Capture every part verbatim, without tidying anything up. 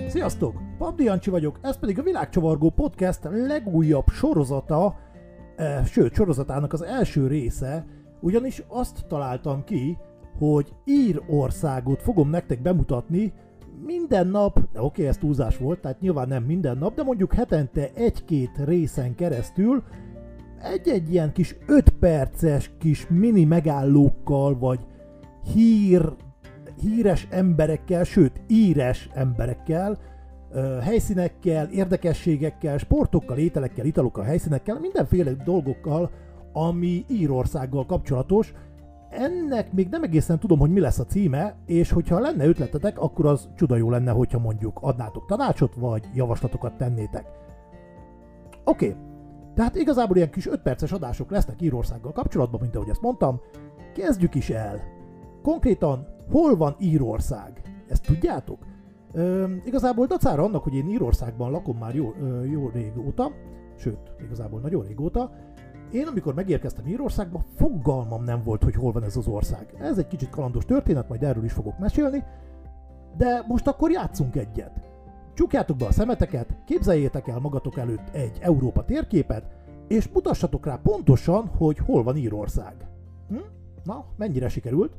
Sziasztok! Pabdi Jancsi vagyok, ez pedig a Világcsavargó Podcast legújabb sorozata, eh, sőt sorozatának az első része, ugyanis azt találtam ki, hogy Írországot fogom nektek bemutatni minden nap, de oké, ez túlzás volt, tehát nyilván nem minden nap, de mondjuk hetente egy-két részen keresztül egy-egy ilyen kis öt perces kis mini megállókkal, vagy hír, híres emberekkel, sőt íres emberekkel, helyszínekkel, érdekességekkel, sportokkal, ételekkel, italokkal, helyszínekkel, mindenféle dolgokkal, ami Írországgal kapcsolatos. Ennek még nem egészen tudom, hogy mi lesz a címe, és hogyha lenne ötletetek, akkor az csuda jó lenne, hogyha mondjuk adnátok tanácsot, vagy javaslatokat tennétek. Oké, okay. Tehát igazából ilyen kis öt perces adások lesznek Írországgal kapcsolatban, mint ahogy ezt mondtam. Kezdjük is el. Konkrétan, hol van Írország? Ezt tudjátok? Ö, igazából dacára annak, hogy én Írországban lakom már jó, ö, jó régóta, sőt, igazából nagyon régóta, én amikor megérkeztem Írországba, fogalmam nem volt, hogy hol van ez az ország. Ez egy kicsit kalandos történet, majd erről is fogok mesélni, de most akkor játszunk egyet. Csukjátok be a szemeteket, képzeljétek el magatok előtt egy Európa térképet, és mutassatok rá pontosan, hogy hol van Írország. Hm? Na, mennyire sikerült?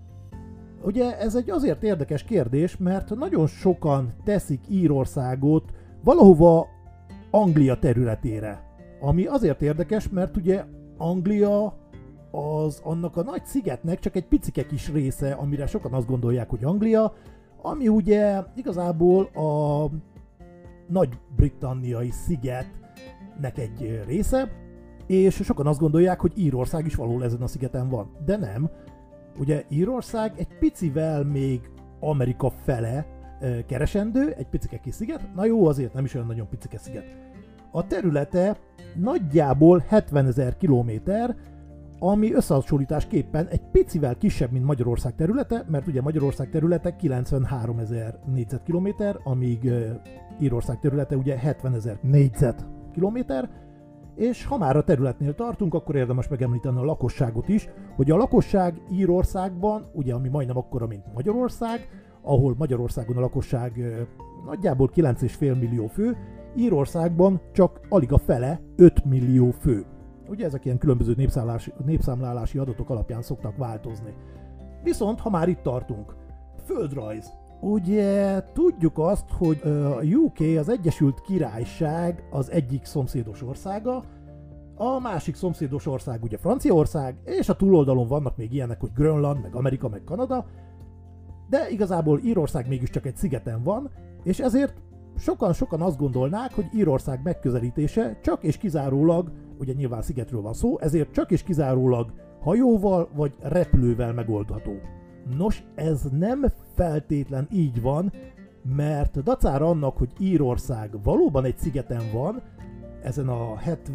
Ugye ez egy azért érdekes kérdés, mert nagyon sokan teszik Írországot valahova Anglia területére. Ami azért érdekes, mert ugye Anglia az annak a nagy szigetnek csak egy picike kis része, amire sokan azt gondolják, hogy Anglia, ami ugye igazából a nagy-britanniai szigetnek egy része, és sokan azt gondolják, hogy Írország is valahol ezen a szigeten van. De nem. Ugye Írország egy picivel még Amerika fele e, keresendő, egy picike kis sziget, na jó, azért nem is olyan nagyon picike sziget. A területe nagyjából hetvenezer kilométer, ami összehasonlításképpen egy picivel kisebb, mint Magyarország területe, mert ugye Magyarország területe kilencvenháromezer négyzetkilométer, amíg e, Írország területe ugye hetvenezer négyzetkilométer, és ha már a területnél tartunk, akkor érdemes megemlíteni a lakosságot is, hogy a lakosság Írországban, ugye ami majdnem akkora, mint Magyarország, ahol Magyarországon a lakosság e, nagyjából kilenc egész öt millió fő, Írországban csak alig a fele, öt millió fő. Ugye ezek ilyen különböző népszámlálási, népszámlálási adatok alapján szoktak változni. Viszont, ha már itt tartunk, földrajz. Ugye tudjuk azt, hogy a U K, az Egyesült Királyság az egyik szomszédos országa, a másik szomszédos ország ugye Franciaország, és a túloldalon vannak még ilyenek, hogy Grönland, meg Amerika, meg Kanada, de igazából Írország mégiscsak egy szigeten van, és ezért sokan-sokan azt gondolnák, hogy Írország megközelítése csak és kizárólag, ugye nyilván szigetről van szó, ezért csak és kizárólag hajóval vagy repülővel megoldható. Nos, ez nem feltétlen így van, mert dacára annak, hogy Írország valóban egy szigeten van, ezen a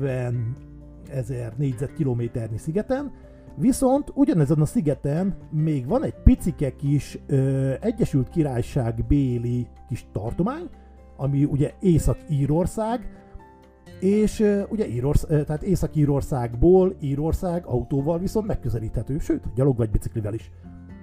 hetvenezer négyzetkilométernyi szigeten, viszont ugyanezen a szigeten még van egy picike kis ö, Egyesült Királyság béli kis tartomány, ami ugye Észak-Írország, és uh, ugye Írország, uh, tehát Észak-Írországból Írország autóval viszont megközelíthető, sőt, gyalog vagy biciklivel is.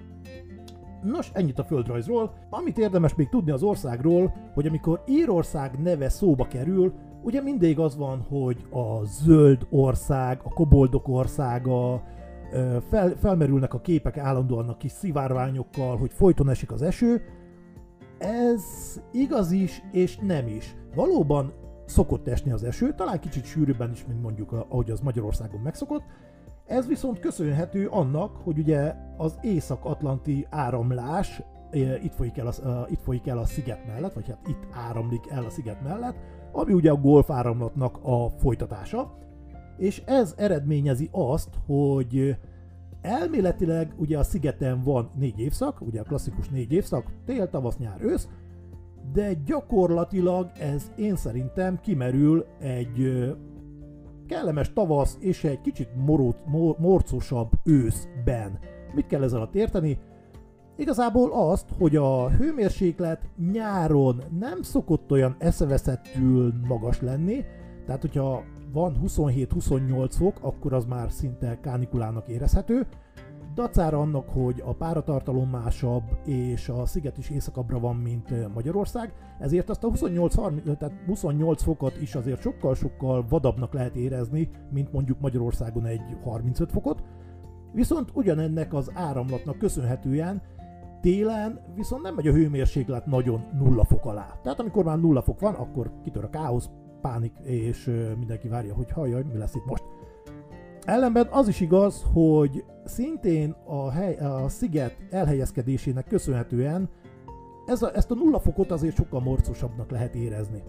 Nos, ennyit a földrajzról. Amit érdemes még tudni az országról, hogy amikor Írország neve szóba kerül, ugye mindig az van, hogy a zöld ország, a koboldok országa, uh, fel, felmerülnek a képek állandóan a kis szivárványokkal, hogy folyton esik az eső. Ez igaz is, és nem is. Valóban szokott esni az eső, talán kicsit sűrűbben is, mint mondjuk ahogy az Magyarországon megszokott. Ez viszont köszönhető annak, hogy ugye az észak-atlanti áramlás itt folyik, el a, itt folyik el a sziget mellett, vagy hát itt áramlik el a sziget mellett, ami ugye a Golf áramlatnak a folytatása. És ez eredményezi azt, hogy elméletileg ugye a szigeten van négy évszak, ugye a klasszikus négy évszak, tél, tavasz, nyár, ősz, de gyakorlatilag ez én szerintem kimerül egy kellemes tavasz és egy kicsit moró, mor, morcosabb őszben. Mit kell ezzel alatt érteni? Igazából azt, hogy a hőmérséklet nyáron nem szokott olyan eszeveszettül magas lenni, tehát hogyha van huszonhét-huszonnyolc fok, akkor az már szinte kánikulának érezhető, dacára annak, hogy a páratartalom másabb, és a sziget is északabbra van, mint Magyarország, ezért azt a huszonnyolc, harminc, tehát huszonnyolc fokot is azért sokkal-sokkal vadabbnak lehet érezni, mint mondjuk Magyarországon egy harmincöt fokot. Viszont ugyanennek az áramlatnak köszönhetően télen viszont nem megy a hőmérséklet nagyon nulla fok alá. Tehát amikor már nulla fok van, akkor kitör a káosz, pánik, és mindenki várja, hogy hajjaj, mi lesz itt most. Ellenben az is igaz, hogy szintén a, hely, a sziget elhelyezkedésének köszönhetően ez a, ezt a nulla fokot azért sokkal morcosabbnak lehet érezni.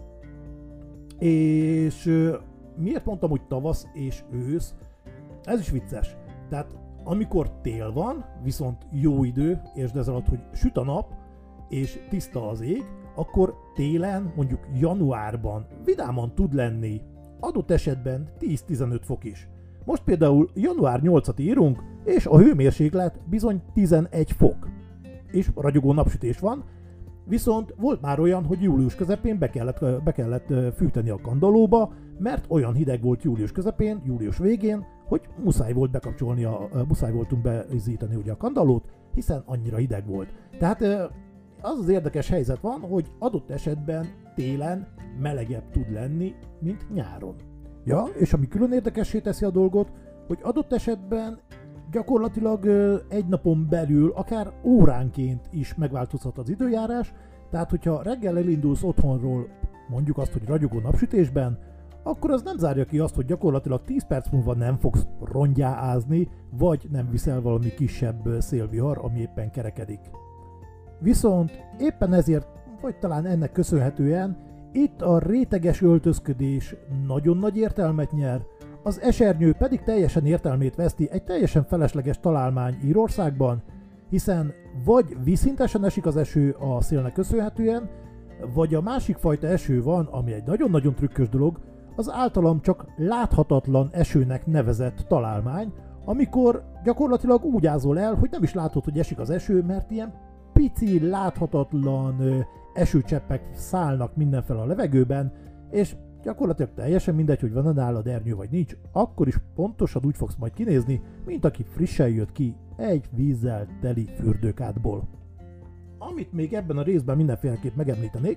És miért mondtam, hogy tavasz és ősz? Ez is vicces. Tehát amikor tél van, viszont jó idő, és ez alatt, hogy süt a nap, és tiszta az ég, akkor télen, mondjuk januárban vidáman tud lenni adott esetben tíz-tizenöt fok is. Most például január nyolcadikát írunk, és a hőmérséklet bizony tizenegy fok. És ragyogó napsütés van, viszont volt már olyan, hogy július közepén be kellett, be kellett fűteni a kandallóba, mert olyan hideg volt július közepén, július végén, hogy muszáj volt bekapcsolni, a, muszáj voltunk beizítani ugye a kandallót, hiszen annyira hideg volt. Tehát az az érdekes helyzet van, hogy adott esetben télen melegebb tud lenni, mint nyáron. Ja, és ami külön érdekessé teszi a dolgot, hogy adott esetben gyakorlatilag egy napon belül, akár óránként is megváltozhat az időjárás, tehát hogyha reggel elindulsz otthonról, mondjuk azt, hogy ragyogó napsütésben, akkor az nem zárja ki azt, hogy gyakorlatilag tíz perc múlva nem fogsz rongyá ázni, vagy nem viszel valami kisebb szélvihar, ami éppen kerekedik. Viszont éppen ezért, vagy talán ennek köszönhetően, itt a réteges öltözködés nagyon nagy értelmet nyer, az esernyő pedig teljesen értelmét veszti, egy teljesen felesleges találmány Írországban, hiszen vagy vízszintesen esik az eső a szélnek köszönhetően, vagy a másik fajta eső van, ami egy nagyon-nagyon trükkös dolog, az általam csak láthatatlan esőnek nevezett találmány, amikor gyakorlatilag úgy ázol el, hogy nem is látod, hogy esik az eső, mert ilyen pici, láthatatlan esőcseppek szállnak mindenfele a levegőben, és gyakorlatilag teljesen mindegy, hogy van-e nálad ernyő vagy nincs, akkor is pontosan úgy fogsz majd kinézni, mint aki frissen jött ki egy vízzel teli fürdőkádból. Amit még ebben a részben mindenféleképp megemlítenék,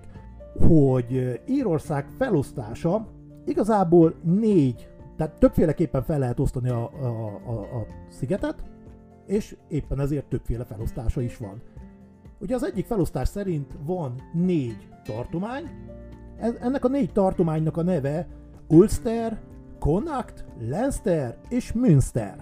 hogy Írország felosztása igazából négy, tehát többféleképpen fel lehet osztani a, a, a, a szigetet, és éppen ezért többféle felosztása is van. Ugye az egyik felosztás szerint van négy tartomány, ennek a négy tartománynak a neve Ulster, Connacht, Leinster és Münster.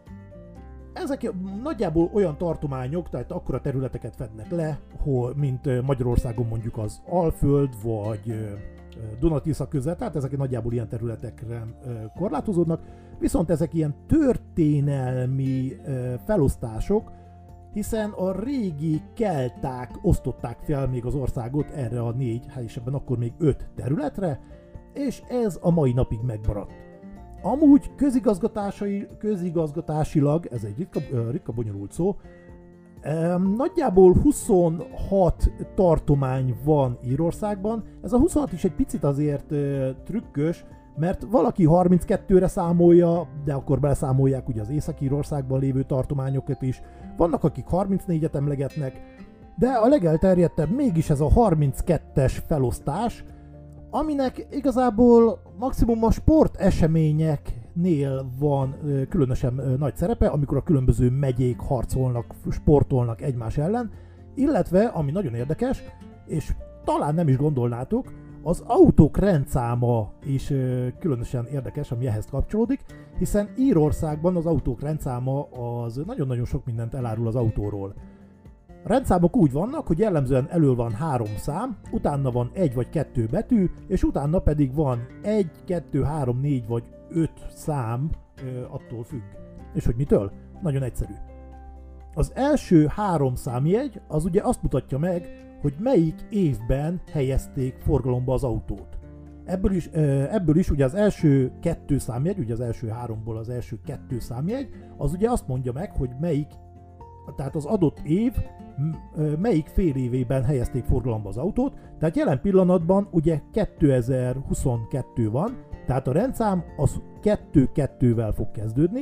Ezek nagyjából olyan tartományok, tehát akkora területeket fednek le, mint Magyarországon mondjuk az Alföld vagy Duna-Tisza közel, tehát ezek nagyjából ilyen területekre korlátozódnak, viszont ezek ilyen történelmi felosztások, hiszen a régi kelták osztották fel még az országot erre a négy, hát és ebben akkor még öt területre, és ez a mai napig megmaradt. Amúgy közigazgatási, közigazgatásilag, ez egy ritka, ritka bonyolult szó, nagyjából huszonhat tartomány van Írországban, ez a huszonhat is egy picit azért trükkös, mert valaki harminckettőre számolja, de akkor beleszámolják ugye az Észak-Írországban lévő tartományokat is, vannak akik harmincnégyet emlegetnek, de a legelterjedtebb mégis ez a harminckettes felosztás, aminek igazából maximum a sporteseményeknél van különösen nagy szerepe, amikor a különböző megyék harcolnak, sportolnak egymás ellen, illetve, ami nagyon érdekes, és talán nem is gondolnátok, az autók rendszáma is ö, különösen érdekes, ami ehhez kapcsolódik, hiszen Írországban az autók rendszáma az nagyon-nagyon sok mindent elárul az autóról. A rendszámok úgy vannak, hogy jellemzően elől van három szám, utána van egy vagy kettő betű, és utána pedig van egy, kettő, három, négy vagy öt szám, ö, attól függ. És hogy mitől? Nagyon egyszerű. Az első három számjegy az ugye azt mutatja meg, hogy melyik évben helyezték forgalomba az autót. Ebből is, ebből is ugye az első kettő számjegy, ugye az első háromból az első kettő számjegy, az ugye azt mondja meg, hogy melyik, tehát az adott év melyik fél évében helyezték forgalomba az autót, tehát jelen pillanatban ugye kétezer-huszonkettő van, tehát a rendszám az kettő kettővel fog kezdődni,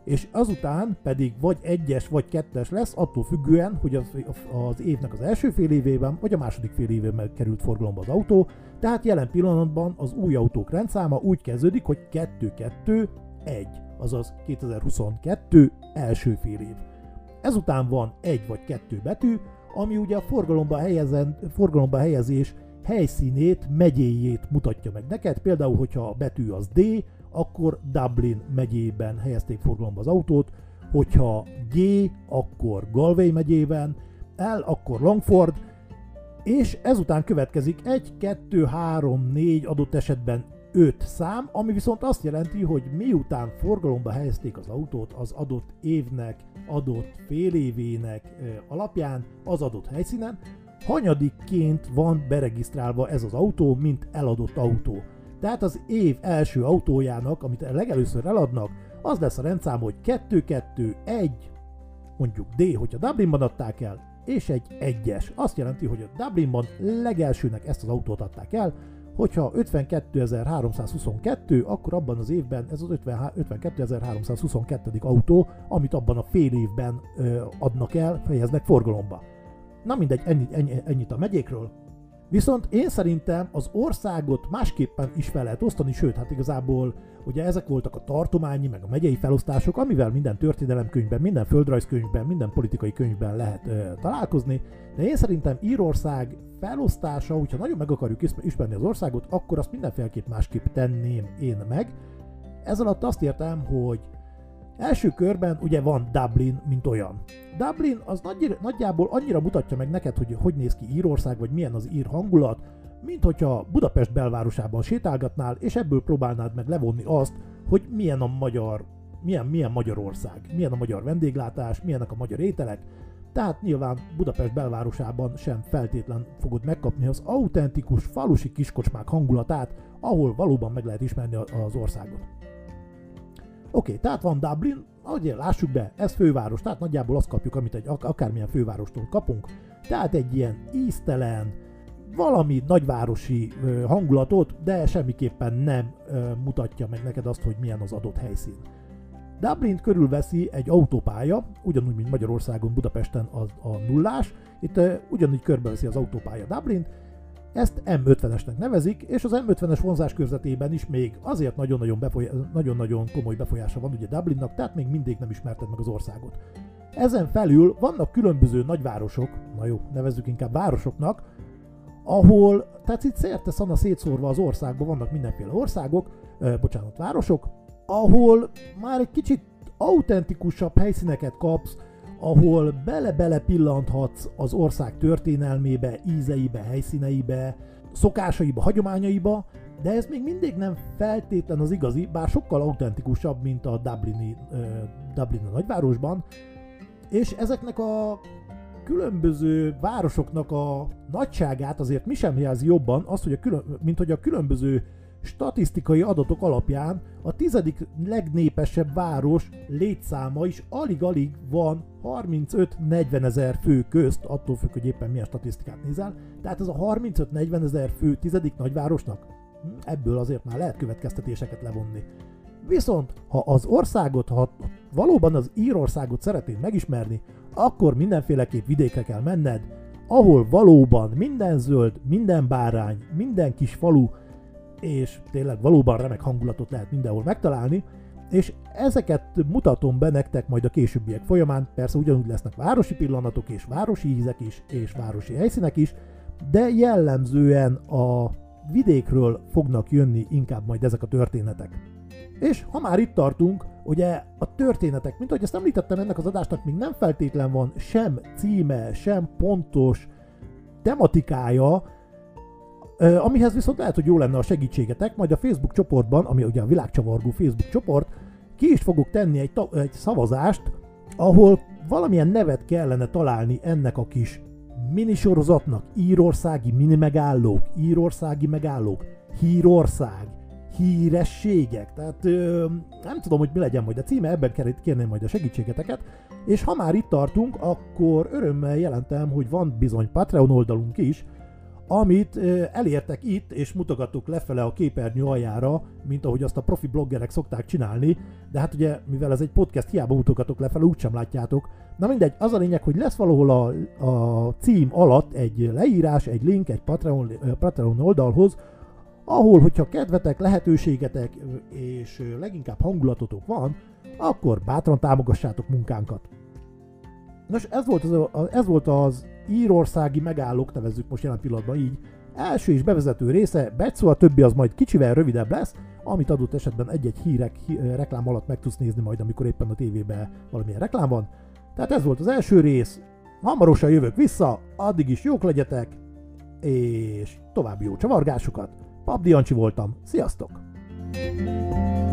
és azután pedig vagy egyes, vagy kettes lesz, attól függően, hogy az, az évnek az első fél évében, vagy a második fél évében került forgalomba az autó, tehát jelen pillanatban az új autók rendszáma úgy kezdődik, hogy kettő kettő egy, azaz kétezer-huszonkettő első fél év. Ezután van egy vagy kettő betű, ami ugye a forgalomba, helyezen, forgalomba helyezés helyszínét, megyéjét mutatja meg neked. Például, hogyha a betű az D, akkor Dublin megyében helyezték forgalomba az autót, hogyha G, akkor Galway megyében, L, akkor Longford, és ezután következik egy, kettő, három, négy, adott esetben öt szám, ami viszont azt jelenti, hogy miután forgalomba helyezték az autót az adott évnek, adott fél évének alapján, az adott helyszínen, hanyadikként van beregisztrálva ez az autó, mint eladott autó. Tehát az év első autójának, amit legelőször eladnak, az lesz a rendszám, hogy kettő kettő egy, mondjuk D, hogyha Dublinban adták el, és egy egyes. Azt jelenti, hogy a Dublinban legelsőnek ezt az autót adták el, hogyha ötvenkétezer-háromszázhuszonkettő, akkor abban az évben ez az ötvenkétezer-háromszázhuszonkettő. autó, amit abban a fél évben ö, adnak el, fejeznek forgalomba. Na mindegy, ennyit, ennyi, ennyit a megyékről. Viszont én szerintem az országot másképpen is fel lehet osztani, sőt, hát igazából ugye ezek voltak a tartományi, meg a megyei felosztások, amivel minden történelemkönyvben, minden földrajzkönyvben, minden politikai könyvben lehet ö, találkozni, de én szerintem Írország felosztása, hogyha nagyon meg akarjuk ismerni az országot, akkor azt mindenféleképp másképp tenném én meg. Ez alatt azt értem, hogy első körben ugye van Dublin, mint olyan. Dublin az nagy, nagyjából annyira mutatja meg neked, hogy hogy néz ki Írország, vagy milyen az ír hangulat, mint hogyha Budapest belvárosában sétálgatnál, és ebből próbálnád meg levonni azt, hogy milyen a magyar, milyen, milyen Magyarország, milyen a magyar vendéglátás, milyenek a magyar ételek. Tehát nyilván Budapest belvárosában sem feltétlen fogod megkapni az autentikus falusi kiskocsmák hangulatát, ahol valóban meg lehet ismerni az országot. Oké, okay, tehát van Dublin, ahogy lássuk be, ez főváros, tehát nagyjából azt kapjuk, amit egy akármilyen fővárostól kapunk, tehát egy ilyen íztelen, valami nagyvárosi ö, hangulatot, de semmiképpen nem ö, mutatja meg neked azt, hogy milyen az adott helyszín. Dublint körülveszi egy autópálya, ugyanúgy, mint Magyarországon, Budapesten a, a nullás, itt ö, ugyanúgy körbeveszi az autópálya Dublint, ezt em ötvenesnek nevezik, és az em ötvenes vonzás körzetében is még azért nagyon-nagyon, befolyá- nagyon-nagyon komoly befolyása van ugye Dublinnak, tehát még mindig nem ismerted meg az országot. Ezen felül vannak különböző nagyvárosok, na jó, nevezzük inkább városoknak, ahol, tehát itt szerte szana szétszórva az országban vannak mindenféle országok, eh, bocsánat, városok, ahol már egy kicsit autentikusabb helyszíneket kapsz, ahol bele-bele pillanthatsz az ország történelmébe, ízeibe, helyszíneibe, szokásaiba, hagyományaiba, de ez még mindig nem feltétlen az igazi, bár sokkal autentikusabb, mint a Dublini, uh, Dublini nagyvárosban, és ezeknek a különböző városoknak a nagyságát azért mi sem jelzi jobban, azt, hogy a külön, mint hogy a különböző statisztikai adatok alapján a tizedik legnépesebb város létszáma is alig-alig van harmincöt-negyven ezer fő közt, attól függ, hogy éppen milyen statisztikát nézel. Tehát ez a harmincöt-negyven ezer fő tizedik nagyvárosnak, ebből azért már lehet következtetéseket levonni. Viszont, ha az országot, ha valóban az Írországot szeretnéd megismerni, akkor mindenféleképp vidékre kell menned, ahol valóban minden zöld, minden bárány, minden kis falu, és tényleg valóban remek hangulatot lehet mindenhol megtalálni, és ezeket mutatom be nektek majd a későbbiek folyamán, persze ugyanúgy lesznek városi pillanatok és városi ízek is, és városi helyszínek is, de jellemzően a vidékről fognak jönni inkább majd ezek a történetek. És ha már itt tartunk, ugye a történetek, mint ahogy ezt említettem, ennek az adásnak még nem feltétlen van sem címe, sem pontos tematikája, Uh, amihez viszont lehet, hogy jó lenne a segítségetek, majd a Facebook csoportban, ami ugye a Világcsavargó Facebook csoport, ki is fogok tenni egy, ta- egy szavazást, ahol valamilyen nevet kellene találni ennek a kis minisorozatnak. Írországi minimegállók, írországi megállók, hírország, hírességek, tehát uh, nem tudom, hogy mi legyen majd a címe, ebben kérném majd a segítségeteket, és ha már itt tartunk, akkor örömmel jelentem, hogy van bizony Patreon oldalunk is, amit elértek itt, és mutogattuk lefele a képernyő aljára, mint ahogy azt a profi bloggerek szokták csinálni, de hát ugye, mivel ez egy podcast, hiába mutogatok lefele, úgysem látjátok. Na mindegy, az a lényeg, hogy lesz valahol a, a cím alatt egy leírás, egy link, egy Patreon, Patreon oldalhoz, ahol, hogyha kedvetek, lehetőségetek és leginkább hangulatotok van, akkor bátran támogassátok munkánkat. Nos, ez volt az, ez volt az írországi megállók, nevezzük most jelen pillanatban így, első és bevezető része, Betszó, a többi az majd kicsivel rövidebb lesz, amit adott esetben egy-egy hírek, hí, reklám alatt meg tudsz nézni majd, amikor éppen a tévében valamilyen reklám van. Tehát ez volt az első rész, hamarosan jövök vissza, addig is jók legyetek, és további jó csavargásokat. Pap Diancsi voltam, sziasztok!